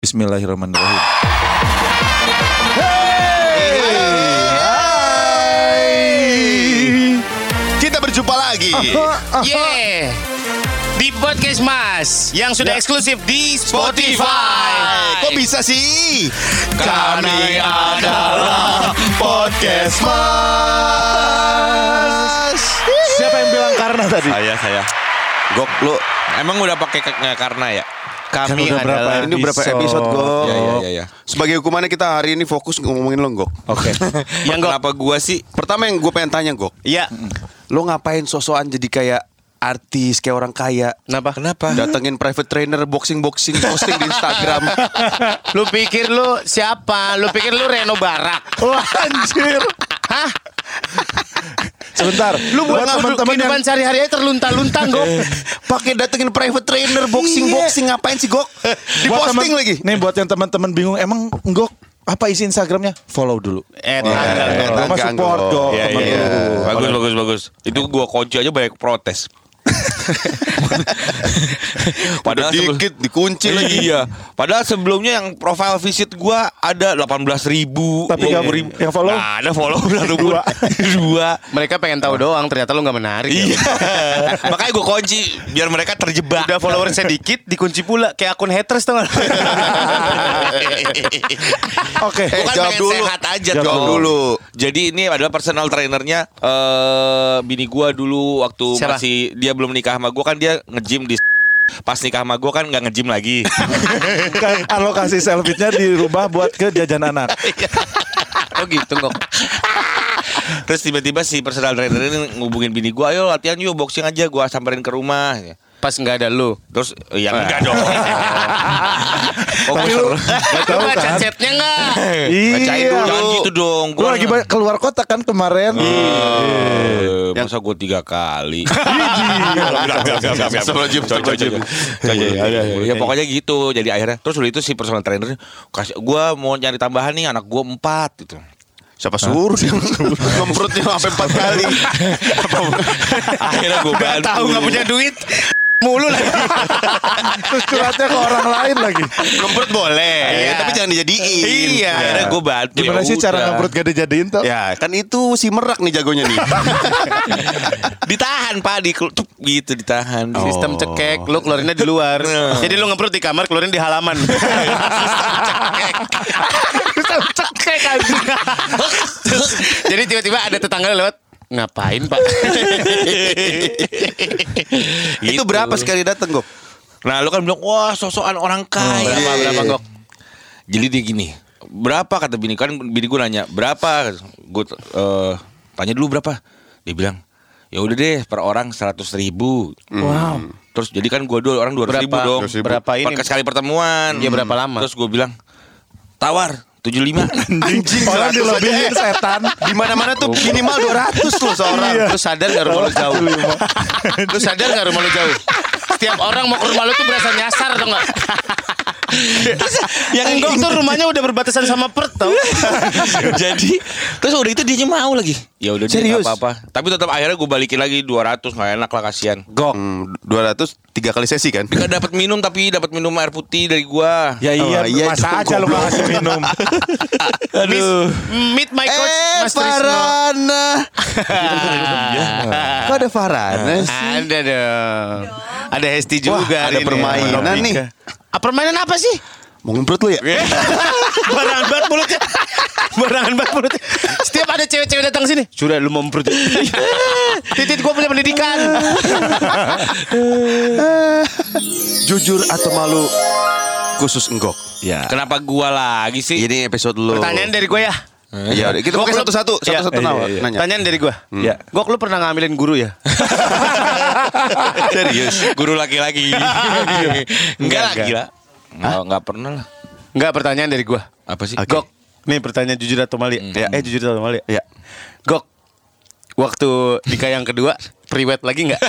Bismillahirrahmanirrahim. Hai. Kita berjumpa lagi. Yeah. Di podcast Mas yang sudah eksklusif di Spotify. Kok bisa sih? Kami adalah podcast Mas. Siapa yang bilang karena tadi? Saya. Gok, lu Emang udah pakai karena ya? Kami Kan udah adalah ini berapa episode, Gok? Ya. Sebagai hukumannya kita hari ini fokus ngomongin lo, Gok. Oke. Yang kenapa gua sih? Pertama yang gue pengen tanya, Gok. Iya. Lo ngapain sosokan jadi kayak artis, kayak orang kaya? Kenapa? Datengin private trainer, boxing posting di Instagram. Lu pikir lu siapa? Lu pikir lu Reno Barak? Wah, anjir. Hah? Sebentar. Lu buat teman-teman yang kehidupan sehari-hari terlunta-luntang, Gok. Pakai datengin private trainer, boxing ngapain sih, Gok? Diposting lagi. Nih buat yang teman-teman bingung, emang Gok apa isi Instagramnya? Follow dulu. Gua support Gok. Bagus. Itu gua kunci aja banyak protes. Padahal dikit dikunci lagi. Iya. Padahal sebelumnya yang profile visit gua ada 18.000. Tapi nggak yang follow? Nah, ada follow Dua. Mereka pengen tahu doang, ternyata lu nggak menarik. Iya. Makanya gua kunci biar mereka terjebak. Udah followersnya dikit, dikunci pula kayak akun haters tuh. Oke. Bukan jawab pengen dulu. sehat aja Jawab dong. dulu. Jadi ini adalah personal trainernya bini gua dulu waktu Siapa? masih dia belum nikah sama gua kan dia nge-gym di pas nikah sama gua kan nggak nge-gym lagi. Kan alokasi selfie-nya dirubah buat ke jajan anak. Oh gitu, Gok. Terus tiba-tiba si personal trainer ini ngubungin bini gua, ayo latihan yuk boxing aja, gua samperin ke rumah. Pas nggak ada lu. Terus ya enggak dong. Tapi lu Lu tahu baca kan? chatnya nggak? Bacain dulu. Jangan Iya. gitu dong. Lu lagi keluar kota kan kemarin? Masa gua 3 kali. Ya pokoknya gitu. Jadi akhirnya terus udah itu si personal trainer kasih gua mau nyari tambahan nih, anak gua 4 gitu. Siapa suruh dia ngemprutnya sampai 4 kali. Akhirnya gua bantu. Tahu nggak punya duit mulu lagi. Terus curhatnya ke orang lain lagi. Ngemprut boleh, Iya. tapi jangan dijadiin. Iya. Akhirnya gua bantu. Gimana ya sih cara udah. ngemprut gak dijadiin tuh? Ya, kan itu si merak nih jagonya nih. Ditahan Pak gitu ditahan. Sistem cekek, lu keluarinnya di luar. Jadi lu ngemprut di kamar, keluarin di halaman. Sistem cekek aja. Jadi tiba-tiba ada tetangga lewat, ngapain Pak? Itu berapa sekali dateng, Gok? Nah lu kan bilang wah sosokan orang kaya. Berapa, Gok? Jadi dia gini, berapa kata bini kan bini gue nanya berapa, gue tanya dulu berapa, dia bilang ya udah deh per orang 100.000. Wow. Terus jadi kan gue dua orang 200.000 dong. Berapa ini? Sekali pertemuan. Ya berapa lama? Terus gue bilang tawar 75. Anjing, Orang dilebihin setan. Di mana-mana tuh minimal 200 loh seorang. Lu sadar gak rumah lu jauh? Lu sadar gak rumah lu jauh? Setiap orang mau ke rumah lu tuh berasa nyasar tau gak? Yang enggak tuh rumahnya udah berbatasan sama Perth tau. Jadi terus udah itu dia mau lagi. Ya udah dia Serius? nggak apa-apa. Tapi tetap akhirnya gue balikin lagi 200, nggak enak lah kasihan. Gok. 200 3 kali sesi kan? Gak dapat minum tapi dapat minum air putih dari gua. Ya iya, iya, masa itu aja lu gak kasih minum. Aduh. Meet my coach Mas Trisno. Farana. Kok ada Farana sih? Ada dong. Ada Hesti juga. Ada permainan nih. Permainan apa sih? Mau ngemprut lu ya? Barangan banget mulutnya. Barangan banget mulutnya. Setiap ada cewek-cewek datang sini, sudah lu mau memperut. Titit gue punya pendidikan. Jujur atau malu khusus Enggok? Ya. Kenapa gua lagi sih? Ini episode lu. Pertanyaan dari gue ya. Iya, kita pakai satu-satu nanya. Iya. Pertanyaan dari gue. Ya. Gok, lu pernah ngambilin guru ya? Serius? Guru laki-laki. Enggak lah gila. Enggak pernah lah. Enggak, pertanyaan dari gue. Apa sih? Gok, nih pertanyaan jujur atau mali. Jujur atau mali. Ya. Gok, waktu nikah yang kedua priwet lagi nggak?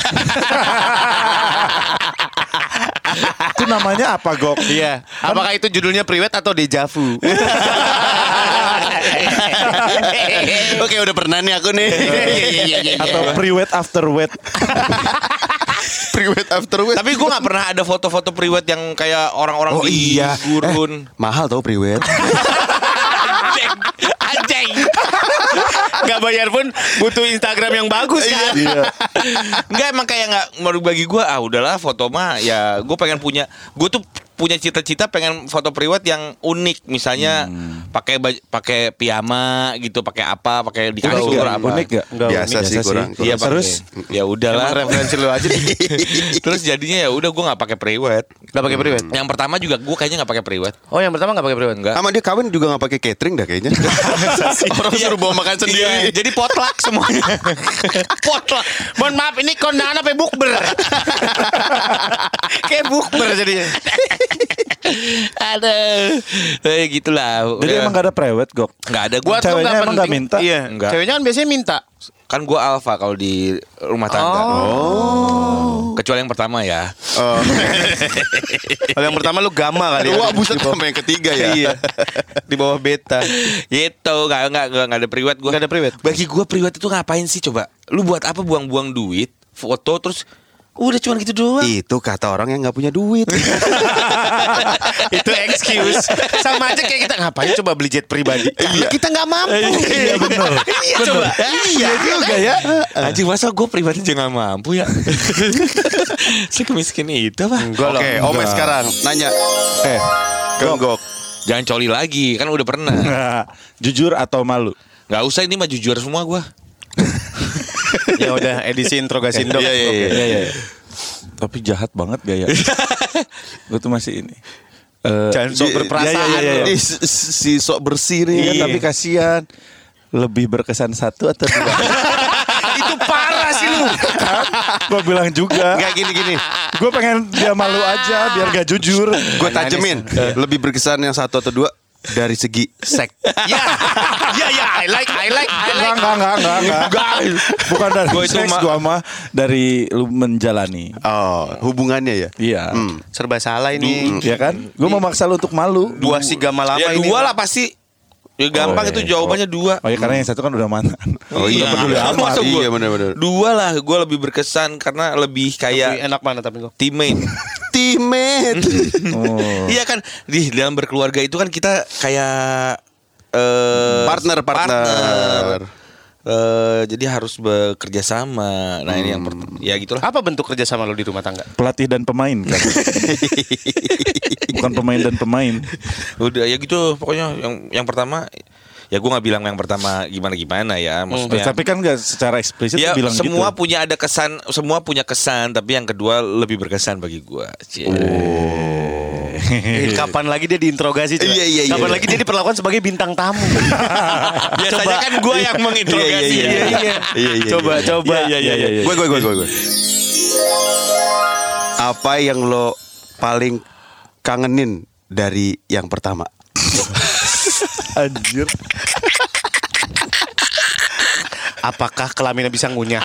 Itu namanya apa, Gok? Iya. Apakah itu judulnya priwet atau dejavu? Oke, udah pernah nih aku nih. Atau pre-wet after wet. Priwet after wet. Tapi gue nggak pernah ada foto-foto priwet yang kayak orang-orang Oh di iya. gurun. Mahal tau priwet. Anjing. Gak bayar pun butuh Instagram yang bagus kan. Enggak, emang kayak nggak, menurut bagi gue udahlah foto mah ya gue pengen punya. Gue tuh punya cita-cita pengen foto priwet yang unik, misalnya pakai piyama gitu, pakai apa, pakai di kasur apa. Unik gak? Biasa sih kurang. Iya, Terus ya udahlah. Emang referensi lu aja. Terus jadinya ya udah gue nggak pakai priwet. Gak pakai priwet. Yang pertama juga gue kayaknya nggak pakai priwet. Oh, yang pertama gak pakai priwet. Enggak. Sama dia kawin juga gak pakai catering dah kayaknya. Orang suruh bawa makan sendiri. Iya, jadi potluck semuanya. Potluck. Mohon maaf, ini kondangan apa bukber? Kayak bukber jadinya. Aduh. Gitulah. Jadi emang gak ada prewed, Gok? Nggak ada. Buat lu Ceweknya nggak emang nggak penting. minta? Iya. Nggak. Ceweknya kan biasanya minta. Kan gue alpha kalau di rumah tangga. Kecuali yang pertama ya. Kalau yang pertama lu gamma kali. Wah, buset sama yang ketiga ya. Iya. Di bawah beta. Gitu. Nggak ada priwet gue. Nggak ada priwet. Bagi gue priwet itu ngapain sih coba? Lu buat apa buang-buang duit, foto terus udah cuma gitu doang. Itu kata orang yang gak punya duit. Itu excuse. Sama aja kayak kita ngapain coba beli jet pribadi. Karena kita nggak mampu. Iya benar. Iya coba. Iya juga ya. Anjing, masa gue pribadi juga gak mampu ya. Sekemiskin itu apa? Oke, Ome sekarang nanya. Gok. Jangan coli lagi, kan udah pernah. Jujur atau malu? Gak usah, ini mah jujur semua gue. Ya udah, edisi interogasi dong. Iya. Tapi jahat banget gaya. Gue tuh masih ini. Jangan sok berperasaan. Iya. Ini si sok bersih nih. Iya, tapi kasihan. Lebih berkesan satu atau dua? Itu parah sih lu. Gue bilang juga. Enggak gini. Gue pengen dia malu aja biar gak jujur. Gue tajemin. Lebih berkesan yang satu atau dua dari segi seks. Ya, I like. Enggak. Bukan dari Gua itu seks, gue mah dari lu menjalani. Oh, hubungannya ya. Iya. Serba salah ini. Iya kan? Gue memaksa lu untuk malu. Dua si gama lama Ya ini. dua lah pasti. Ya gampang itu jawabannya dua. Oh ya karena yang satu kan udah mantan. Oh iya. Udah peduli amat. Masa gua- Iya benar-benar. Dua lah, gue lebih berkesan karena lebih Lebih kayak enak mana tapi kok. teammate. Teammate. Oh. Iya kan, di dalam berkeluarga itu kan kita kayak Partner. Jadi harus bekerja sama. Nah ini yang ya gitulah. Apa bentuk kerjasama lu di rumah tangga? Pelatih dan pemain kan. Bukan pemain dan pemain. Udah ya gitu pokoknya yang pertama ya gue nggak bilang yang pertama gimana ya maksudnya. Tapi kan gak secara eksplisit Ya bilang semua gitu. punya ada kesan, semua punya kesan, tapi yang kedua lebih berkesan bagi gue. Kapan lagi dia diinterogasi? coba? Iya. Kapan lagi dia diperlakukan sebagai bintang tamu? Biasanya kan gue yang menginterogasi. Iya. Coba. Iya. Gue. Apa yang lo paling kangenin dari yang pertama? Anjir. Apakah kelaminnya bisa ngunyah?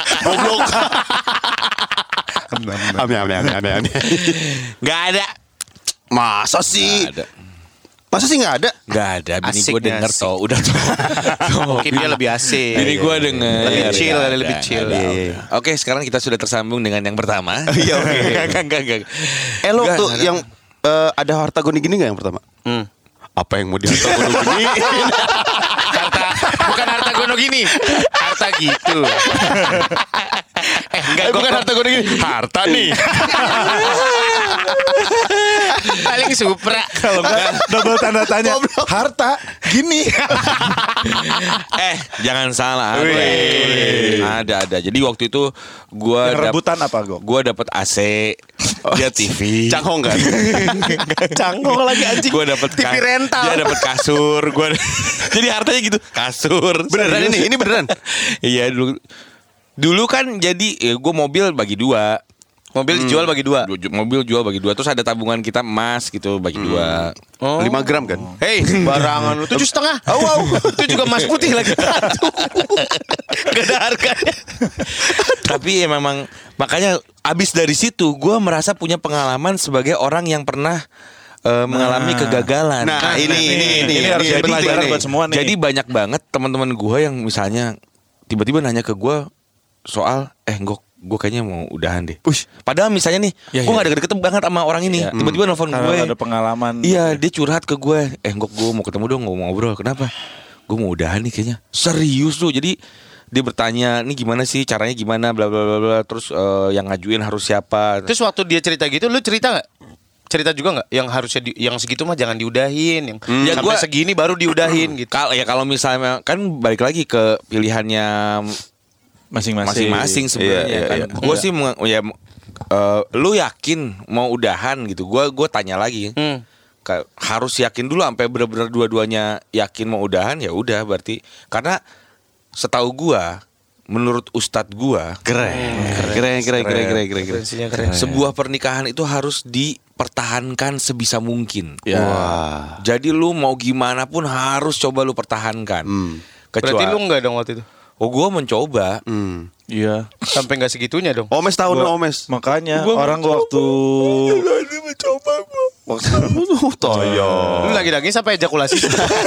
Amin. Gak ada. Masa sih? Gak ada. Masa sih nggak ada? Gak ada. Bini Asik gue denger asik. toh. Udah toh. Mungkin dia lebih asik. Bini gue denger. Lebih chill, Gak ada, lebih gak chill. ada. Iya. Oke, sekarang kita sudah tersambung dengan yang pertama. Iya, oke. Enggak. Lo Nggak, tuh nggak ada. yang ada harta goni gini nggak yang pertama? Apa yang mau diharta gono gini? Bukan harta gono gini. Harta gitu. Enggak, bukan harta gono gini. Harta nih. Paling supra. Kalau enggak double tanda tanya. Harta gini. Jangan salah. Ada. Jadi waktu itu gue Yang rebutan apa, Gok? Gue dapet AC, dia TV. Canggong kan? Canggong lagi anjing. Gue dapet TV rental. Dia dapet kasur. Jadi hartanya gitu. Kasur. Beneran ini beneran. Iya dulu kan jadi gue mobil bagi dua. Mobil dijual bagi dua. Mobil jual bagi dua. Terus ada tabungan kita emas gitu bagi dua. 5 gram kan? Hei, barangan lu 7,5. Wow. Itu juga emas putih lagi. Gak ada harganya. Tapi ya memang makanya abis dari situ gue merasa punya pengalaman sebagai orang yang pernah mengalami kegagalan. Nah, ini harus jadi pelajaran buat semua nih. Jadi banyak banget teman-teman gue yang misalnya tiba-tiba nanya ke gue soal Gok, gue kayaknya mau udahan deh. Padahal misalnya nih, gue gak deket-deket banget sama orang ini. Tiba-tiba nelfon gue. Karena ada pengalaman. Iya, dia curhat ke gue. Gue mau ketemu dong, mau ngobrol. Kenapa? Gue mau udahan nih kayaknya. Serius tuh. Jadi dia bertanya, nih gimana sih caranya gimana, bla bla bla bla. Terus yang ngajuin harus siapa? Terus waktu dia cerita gitu, lu cerita nggak? Cerita juga nggak? Yang harusnya yang segitu mah jangan diudahin. Yang sampai segini baru diudahin gitu. Kalau misalnya kan balik lagi ke pilihannya masing-masing sebenarnya. Gue sih lu yakin mau udahan gitu? Gue tanya lagi. Harus yakin dulu sampai benar-benar dua-duanya yakin mau udahan, ya udah berarti. Karena setahu gue, menurut ustadz gue, keren. Sebuah pernikahan itu harus dipertahankan sebisa mungkin. Jadi lu mau gimana pun harus coba lu pertahankan. Berarti lu enggak dong waktu itu? Oh, gue mencoba. Iya. Sampai nggak segitunya dong. Omes tahu dong Omes. Makanya orang waktu mencoba Lu lagi-lagi sampai ejakulasi.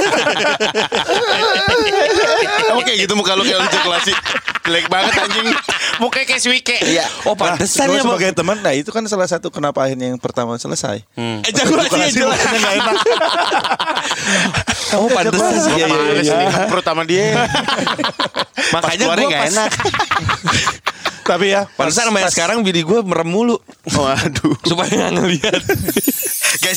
Kamu kayak gitu muka lu kayak ejakulasi. Jelek banget anjing. Mukanya kayak Swike. Iya. Oh, pantesan gue ya sebagai teman. Nah itu kan salah satu kenapa akhirnya yang pertama selesai. Ejakulasinya jelas. Nggak enak. Oh, pantesan sih. Iya. Perut sama dia. Makanya gue nggak enak. Tapi ya pantesan sama yang sekarang bini gue merem mulu. Waduh. Supaya nggak ngeliat. Guys.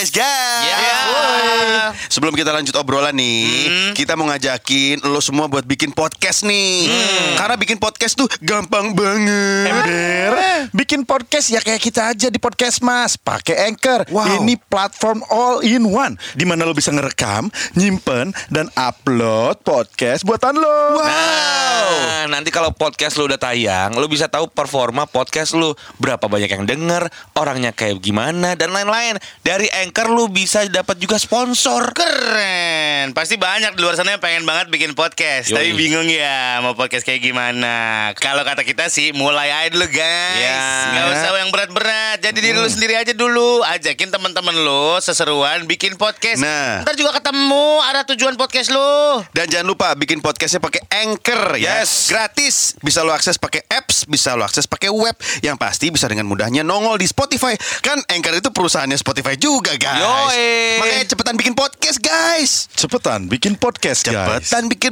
Sebelum kita lanjut obrolan nih, kita mau ngajakin lo semua buat bikin podcast nih. Karena bikin podcast tuh gampang banget. bikin podcast ya kayak kita aja di Podcast Mas, pakai Anchor. Ini platform all in one di mana lo bisa ngerekam, nyimpen dan upload podcast buatan lo. Nah, nanti kalau podcast lo udah tayang, lo bisa tahu performa podcast lo, berapa banyak yang denger, orangnya kayak gimana dan lain-lain. Dari Anchor lu bisa dapat juga sponsor. Keren. Pasti banyak di luar sana yang pengen banget bikin podcast. Yoi. Tapi bingung ya mau podcast kayak gimana. Kalau kata kita sih mulai aja dulu guys. Gak usah yang berat-berat. Jadi diri lu sendiri aja dulu. Ajakin teman-teman lu seseruan bikin podcast. Nah. Ntar juga ketemu arah tujuan podcast lu. Dan jangan lupa bikin podcastnya pakai Anchor ya. Gratis. Bisa lo akses pakai apps, bisa lo akses pakai web. Yang pasti bisa dengan mudahnya nongol di Spotify. Kan Anchor itu perusahaannya Spotify juga guys. Makanya cepetan bikin podcast guys. Cepetan bikin podcast guys.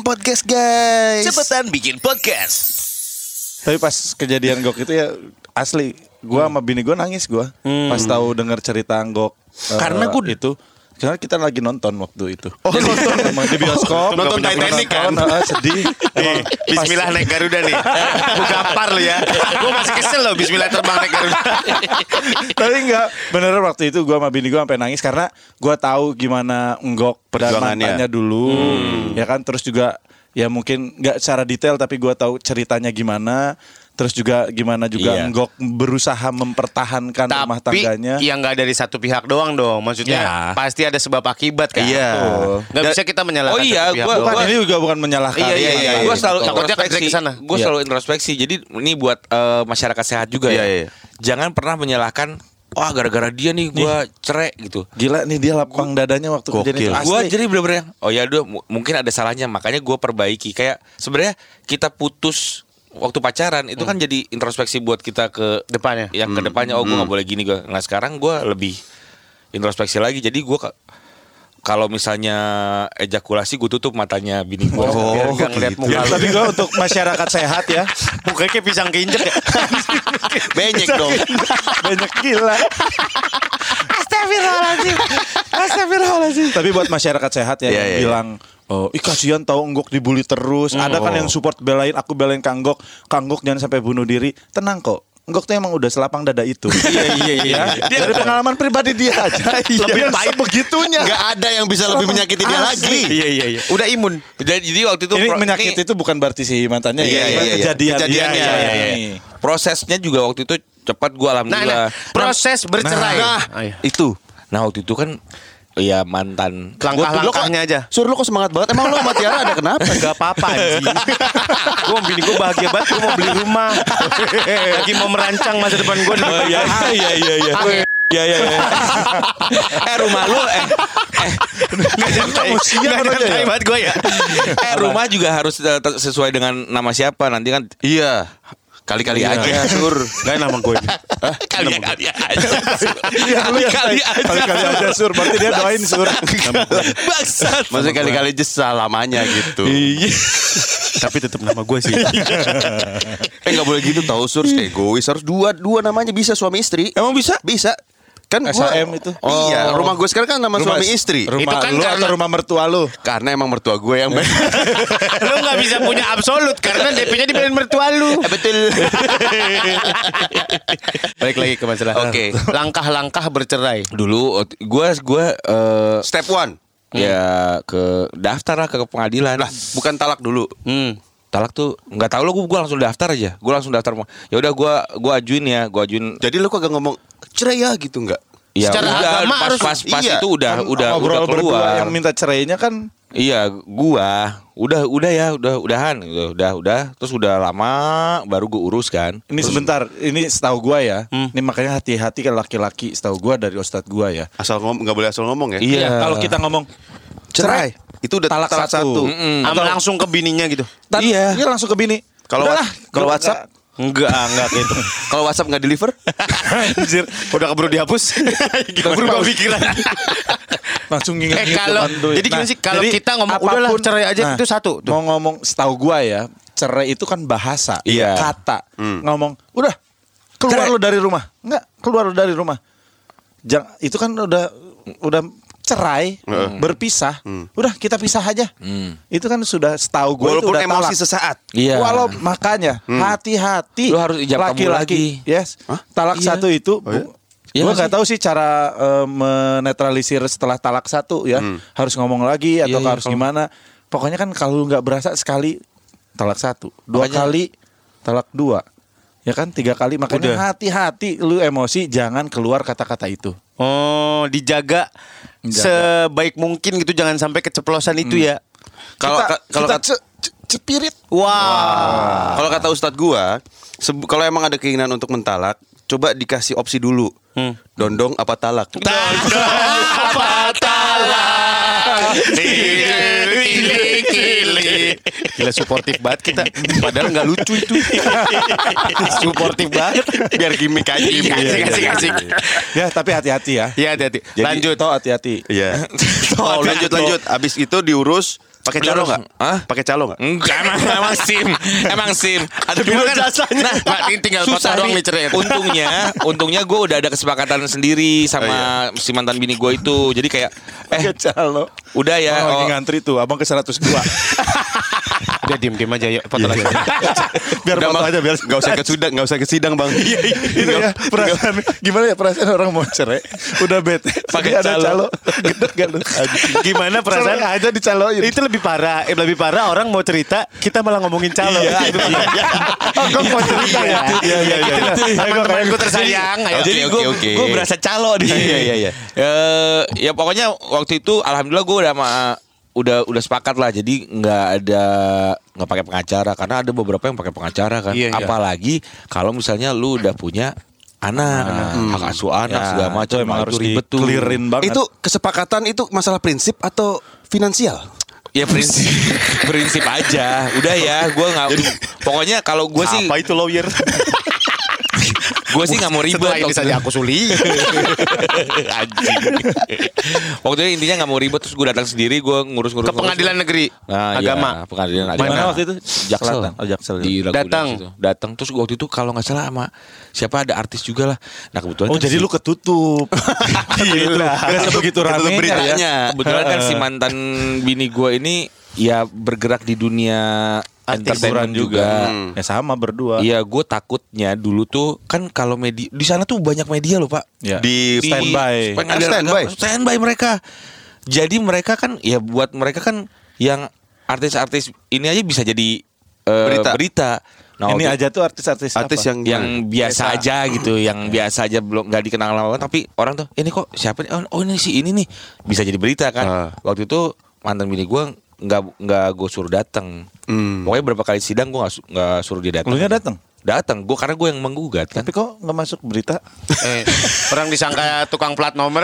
Cepetan bikin podcast. Tapi pas kejadian Gok itu ya asli, gua sama bini gua nangis gua pas tahu dengar cerita Gok. Karena gua itu karena kita lagi nonton waktu itu. Oh, nonton di bioskop. Nonton Titanic kan. Sedih. Nih, Bismillah naik Garuda nih. Gue gampar lo ya. Gue masih kesel loh Bismillah terbang naik Garuda. Tapi enggak, beneran waktu itu gue sama bini gue sampai nangis karena gue tahu gimana Gok dan mantannya dulu, ya kan. Terus juga ya mungkin nggak secara detail tapi gue tahu ceritanya gimana. Terus juga gimana juga Gok berusaha mempertahankan rumah tangganya. Tapi yang nggak dari satu pihak doang dong. Maksudnya pasti ada sebab akibat kan. Iya. Nggak bisa kita menyalahkan satu pihak doang. Ini juga bukan menyalahkan. Iya. Gue selalu introspeksi. Gue selalu introspeksi. Jadi ini buat masyarakat sehat juga ya. Jangan pernah menyalahkan. Wah, gara-gara dia nih gue cerai gitu. Gila nih dia lapang dadanya waktu kejadian. Gue jadi bener-bener mungkin ada salahnya. Makanya gue perbaiki. Kayak sebenarnya kita putus waktu pacaran itu kan jadi introspeksi buat kita ke depannya. Yang ke depannya gue nggak boleh gini gue. Nah sekarang gue lebih introspeksi lagi. Jadi gue kalau misalnya ejakulasi gue tutup matanya bini gue. Biar gak ngeliat muka lu. Tapi gue untuk masyarakat sehat ya. Mukanya kayak pisang keinjek ya. Benyek dong. Banyak gila. Astagfirullahaladzim. Tapi buat masyarakat sehat ya yang bilang, kasihan tahu Gok dibully terus. Ada kan yang support belain, aku belain Kang Gok jangan sampai bunuh diri. Tenang kok. Gok tuh emang udah selapang dada itu. Iya. Dari pengalaman pribadi dia aja. Lebih baik begitunya. Gak ada yang bisa lebih menyakiti dia lagi. Iya. Udah imun. Jadi waktu itu ini menyakiti itu bukan berarti si mantannya kejadiannya. Prosesnya juga waktu itu cepat gue alhamdulillah. Proses bercerai. Itu. Nah waktu itu kan ya mantan. Langkah-langkahnya aja. Suruh lo kok semangat banget. Emang lo sama Tiara ada kenapa? Gak apa-apa anjing. Gue mau bini gue bahagia banget. Gue mau beli rumah. Lagi mau merancang masa depan gue. Iya. Iya. Rumah lu nyantai banget gue ya. Rumah juga harus sesuai dengan nama siapa nanti kan. Iya. Kali-kali aja, Sur. Gak nama gue ini. Kali-kali aja. Iya, lu ya. Kali-kali aja, Sur. Berarti dia doain, Sur. Bangsat. Maksudnya kali-kali aja selamanya gitu. Iya. Tapi tetap nama gue sih. Nggak boleh gitu tahu, Sur. Egois, harus dua namanya bisa suami istri. Emang bisa? Bisa. Kan gua, SHM itu. Iya, rumah gue sekarang kan nama suami istri. Rumah Itu kan lu karena- atau rumah mertua lu? Karena emang mertua gue yang Lu nggak bisa punya absolut karena DP-nya dibeliin mertua lu. betul. Balik lagi ke masalah. Oke. Langkah-langkah bercerai. Dulu gua Step 1. ya ke daftar lah ke pengadilan. Lah, bukan talak dulu. Talak tuh nggak tahu lo, gue langsung daftar aja. Gue langsung daftar. Ya udah gue ajuin. Jadi lu kagak ngomong cerai ya gitu enggak? Ya Secara udah, agama harus- pas iya. itu udah Ngobrol berdua keluar. yang minta cerainya kan Iya, udahan gitu. Udah. Terus udah lama baru gue urus kan. ini sebentar, ini setahu gua ya. Ini makanya hati-hati kan laki-laki setahu gua dari ustadz gua ya. Asal ngomong, nggak boleh asal ngomong ya. Iya. Kalau kita ngomong Cerai. Itu udah talak satu. Sama langsung ke bininya gitu. Iya. Dia langsung ke bini. Kalau Udahlah, kalau gua WhatsApp Enggak gitu. kalau WhatsApp nggak deliver? Anjir, Udah keburu dihapus. Keburu kepikiran. langsung nginget Kalau jadi gimana sih kalau kita ngomong udahlah cerai aja itu satu tuh. Mau ngomong setahu gua ya, cerai itu kan bahasa, Iya. kata. Ngomong, udah keluar lu dari rumah. Enggak, keluar lu dari rumah. Itu kan udah cerai, berpisah. Udah kita pisah aja. Itu kan sudah setahu gua itu Walaupun udah emosi talak. sesaat. Iya. Walau makanya hati-hati. Lu harus ijab kabul lagi. Yes. Talak satu itu Iya gue nggak nggak tahu sih cara menetralisir setelah talak satu ya. Harus ngomong lagi atau Iya, harus gimana. Pokoknya kan kalau nggak berasa sekali talak satu, dua Makanya- kali talak dua, ya kan 3 kali. Makanya hati-hati lu emosi jangan keluar kata-kata itu. Oh, dijaga sebaik mungkin gitu, jangan sampai keceplosan itu ya. Kalau Kalau kata cepirit. Wah. kalau kata ustadz gua, kalau emang ada keinginan untuk mentalak, coba dikasih opsi dulu. Dondong apa talak? Apa talak? Gila suportif banget kita. Padahal nggak lucu itu. Suportif banget. Biar gimmick aja. Asik. Ya tapi hati-hati ya. Iya, hati-hati. Jadi, Lanjut. toh hati-hati. Iya. Oh, lanjut. Abis itu diurus pakai calo nggak? Hah? Pakai calo nggak? Enggak, emang sim. Ada biro jasanya. Nah, Pak, tinggal foto doang nih cerai. Untungnya gue udah ada kesepakatan sendiri sama si mantan bini gue itu. Jadi kayak Calo. udah ya. Lagi ngantri tuh, abang ke 102. Udah diem aja yuk. Foto lagi. Biar Udah, foto Bang. aja biar Nggak usah ke sidang bang. itu ya perasaan gimana ya perasaan orang mau cerai udah bete Pakai tapi ada calo. gedek gak lu Gimana perasaan? Seneng aja dicaloin Itu lebih parah. Lebih parah orang mau cerita, kita malah ngomongin calo. Iya, itu kok mau cerita ya iya Teman-teman gue tersayang. Ayo. Jadi Oke. gue berasa calo di sini. Iya. Ya pokoknya waktu itu alhamdulillah gue udah sepakat lah. Jadi nggak pakai pengacara karena ada beberapa yang pakai pengacara kan. Iya. Apalagi kalau misalnya lu udah punya anak, hak asuh anak Ya, segala macam, itu emang harus ribet tuh. di-clearin banget Itu kesepakatan itu masalah prinsip atau finansial? Ya prinsip aja. Udah ya, gue nggak. Pokoknya kalau gue sih, Apa itu lawyer? gue sih nggak mau ribet. Setelah ini saja aku suli. Anjing. Waktu itu intinya nggak mau ribet, terus gue datang sendiri, gue ngurus-ngurus Ke pengadilan negeri iya, agama. pengadilan Di mana agama. waktu itu? Jaksel. Selatan. Oh, Jaksel. Di Ragunan Datang. situ. Datang terus waktu itu kalau nggak salah sama siapa ada artis juga lah. Nah kebetulan Oh kan jadi si- lu ketutup. Gila. Gak sebegitu ramenya beritanya. ya. kebetulan kan si mantan bini gue ini ya bergerak di dunia entertainment juga. Ya sama berdua. Iya, gue takutnya dulu tuh kan kalau media di sana tuh banyak media loh pak. Ya. Di standby. Pengadilan Standby. agama, standby mereka. Jadi mereka kan ya buat mereka kan yang artis-artis ini aja bisa jadi berita. Nah, Ini waktu- aja tuh artis-artis Artis apa? yang biasa aja gitu, yang biasa aja belum nggak dikenal lama tapi orang tuh ini kok siapa nih? Oh ini si ini nih bisa jadi berita kan. Waktu itu mantan bini gue nggak gue suruh datang. Pokoknya berapa kali sidang gue nggak suruh dia datang. Lu nggak datang? Datang, gue karena gue yang menggugat kan. Tapi kok nggak masuk berita? Orang disangka tukang plat nomor.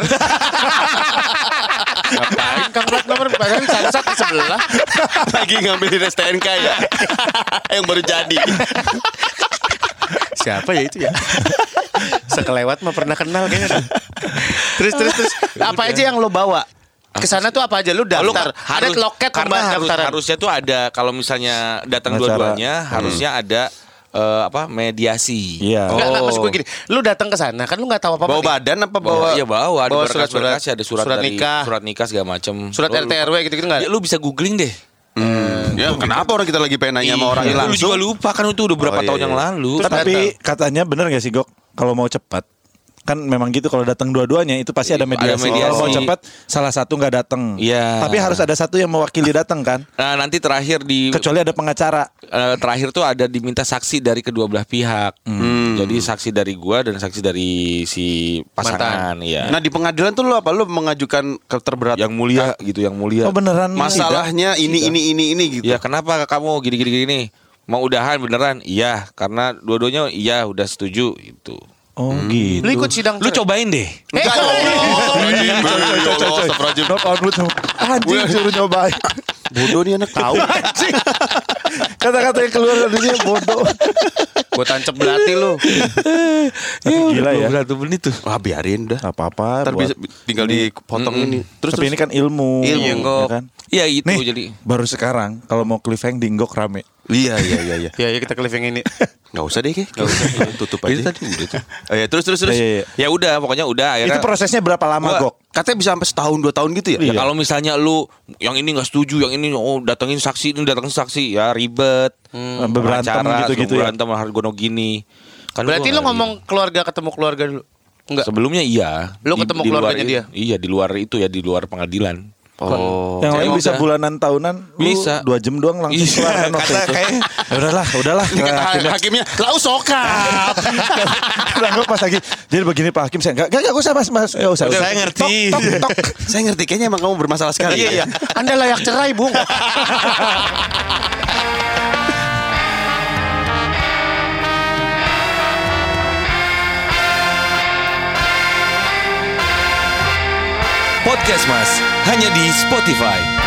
Ngapain tukang plat nomor? Padahal Samsat di sebelah. lagi ngambilin STNK ya. Yang baru jadi. Siapa ya itu ya? Sekelewat mah pernah kenal kayaknya. Terus apa aja yang lo bawa? Kesana tuh apa aja lu daftar? Ada loket karena pendaftaran. harusnya tuh ada kalau misalnya datang dua-duanya harusnya ada mediasi. Iya. Enggak, maksud gue gini. Lu datang ke sana kan lu enggak tahu apa-apa. Bawa nih. badan apa bawa? Iya bawa ada bawa berkas-berkas, ada surat dari nikah. surat nikah segala macam. Surat RT RW gitu-gitu enggak? Ya, lu bisa googling deh. Ya kenapa orang kita lagi pengen nanya sama orang Iya, langsung? lu juga lupa kan itu udah berapa Oh, iya, tahun iya. yang lalu. Tapi katanya bener gak sih Gok? Kalau mau cepat kan memang gitu kalau datang dua-duanya itu pasti ada mediasi. mediasi. Kalau mau cepat salah satu nggak datang. Iya. Tapi harus ada satu yang mewakili datang kan? Nah, nanti terakhir Kecuali ada pengacara. terakhir tuh ada diminta saksi dari kedua belah pihak. Jadi saksi dari gua dan saksi dari si pasangan, ya. Nah di pengadilan tuh lu apa? Lu mengajukan keterberatan Yang mulia gitu, yang mulia. Oh beneran masalahnya ini gitu. Ya kenapa kamu gini? Mau udahan beneran? Iya, karena dua-duanya iya udah setuju itu. Oh gitu. Lu ikut sidang. Lu cobain deh. Enggak. Anjing suruh nyobain. Bodoh nih anak tahu. Kata-kata yang keluar dari dia bodoh. Gua tancap belati lu. Gila ya. 21 menit tuh. Wah biarin dah. Gak apa-apa. Ntar bisa tinggal dipotong ini. Tapi ini kan ilmu. Ilmu, ya Gok. kan? Iya itu Nih, jadi. baru sekarang kalau mau cliffhanger di Gok rame. Iya. Ya kita cliffing ini. Enggak usah deh, Enggak usah. Tutup aja. Itu tadi udah tuh. Oh, ya, terus. Iya. Ya udah, pokoknya udah akhirnya. Itu prosesnya berapa lama Gua- Gok? Katanya bisa sampai setahun 2 tahun gitu ya? Ya kalau misalnya lu yang ini nggak setuju, yang ini datengin saksi, ya ribet. Berantem Pengacara, gitu-gitu ya. berantem harus gono gini. Kan Berarti gua lu nggak ngomong keluarga ketemu keluarga dulu. Enggak. sebelumnya iya. Lu ketemu luar keluarganya dia? Iya, di luar itu ya, di luar pengadilan. Oh. Yang lain Emang bisa udah. bulanan tahunan. Bisa. 2 jam doang langsung Iya, keluar kan waktu kata itu. kayak Ya udahlah. Hakimnya lau sokap. Udah Gok pas lagi. Jadi begini Pak Hakim saya enggak usah Mas enggak usah. Saya ngerti. Tok. Saya ngerti kayaknya emang kamu bermasalah sekali. Iya. Anda layak cerai, Bung. Podcast Mas hanya di Spotify.